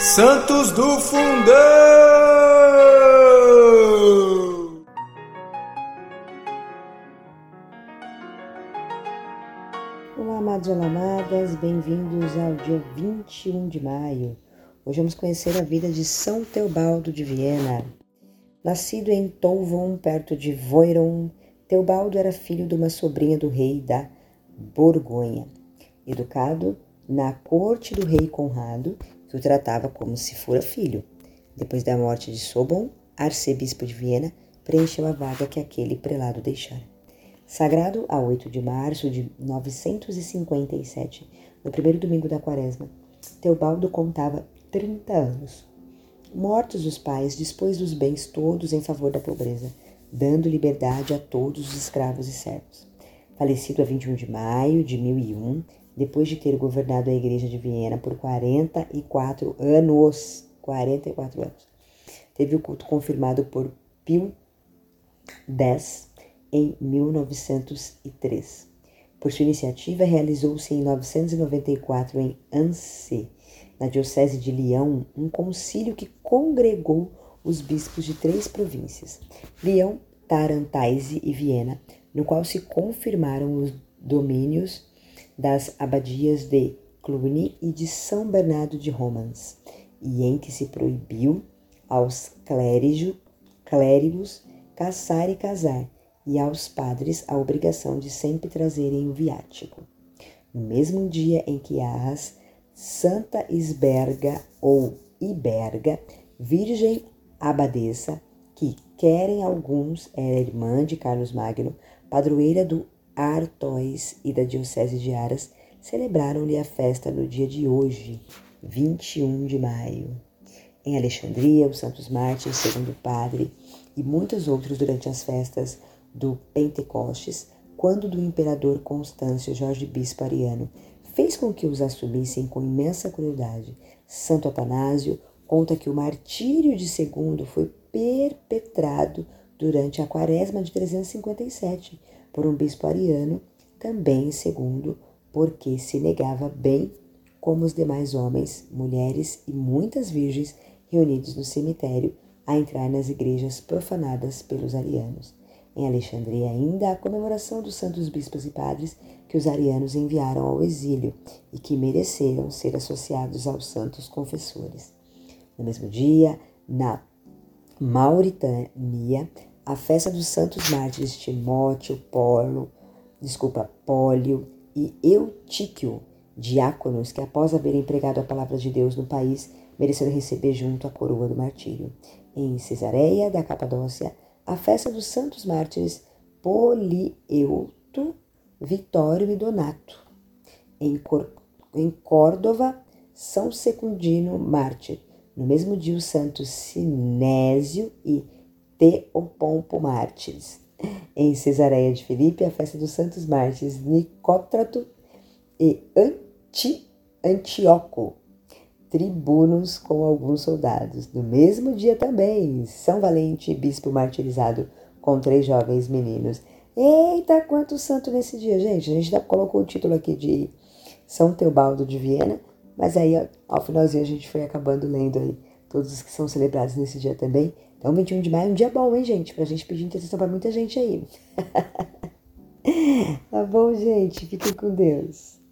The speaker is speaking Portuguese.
Santos do Fundão! Olá, amados e amadas, bem-vindos ao dia 21 de maio. Hoje vamos conhecer a vida de São Teobaldo de Viena. Nascido em Toulon, perto de Voiron, Teobaldo era filho de uma sobrinha do rei da Borgonha. Educado na corte do rei Conrado, que o tratava como se fora filho. Depois da morte de Sobon, arcebispo de Viena, preencheu a vaga que aquele prelado deixara. Sagrado a 8 de março de 957, no primeiro domingo da quaresma, Teobaldo contava 30 anos. Mortos os pais, dispôs dos bens todos em favor da pobreza, dando liberdade a todos os escravos e servos. Falecido a 21 de maio de 1001, depois de ter governado a igreja de Viena por 44 anos. Teve o culto confirmado por Pio X em 1903. Por sua iniciativa, realizou-se em 994 em Annecy, na diocese de Lyon, um concílio que congregou os bispos de 3 províncias, Lyon, Tarantaise e Viena, no qual se confirmaram os domínios das abadias de Cluny e de São Bernardo de Romans, e em que se proibiu aos clérigos caçar e casar, e aos padres a obrigação de sempre trazerem o viático. No mesmo dia em que as Santa Isberga ou Iberga, virgem abadesa, que querem alguns era irmã de Carlos Magno, padroeira do Artois e da diocese de Aras, celebraram-lhe a festa no dia de hoje, 21 de maio. Em Alexandria, os santos mártires, segundo padre, e muitos outros durante as festas do Pentecostes, quando do imperador Constâncio Jorge Bispo Ariano fez com que os assumissem com imensa crueldade. Santo Atanásio conta que o martírio de segundo foi perpetrado durante a quaresma de 357 por um bispo ariano, também segundo, porque se negava bem como os demais homens, mulheres e muitas virgens reunidos no cemitério a entrar nas igrejas profanadas pelos arianos. Em Alexandria ainda a comemoração dos santos bispos e padres que os arianos enviaram ao exílio e que mereceram ser associados aos santos confessores. No mesmo dia, na Mauritânia, a festa dos santos mártires Timóteo, Pólio e Eutíquio, diáconos que após haverem pregado a palavra de Deus no país, mereceram receber junto a coroa do martírio. Em Cesareia da Capadócia, a festa dos santos mártires Polieuto, Vitório e Donato. Em Córdova, São Secundino mártir. No mesmo dia, os santos Sinésio e Teopompo mártires. Em Cesareia de Filipe, a festa dos santos mártires Nicóstrato e Antíoco, tribunos com alguns soldados. No mesmo dia também, São Valente, bispo martirizado com 3 jovens meninos. Eita, quanto santo nesse dia, gente. A gente colocou o título aqui de São Teobaldo de Viena, mas aí ao finalzinho a gente foi acabando lendo aí todos os que são celebrados nesse dia também. Então 21 de maio é um dia bom, hein, gente? Pra gente pedir intercessão pra muita gente aí. Tá bom, gente? Fiquem com Deus.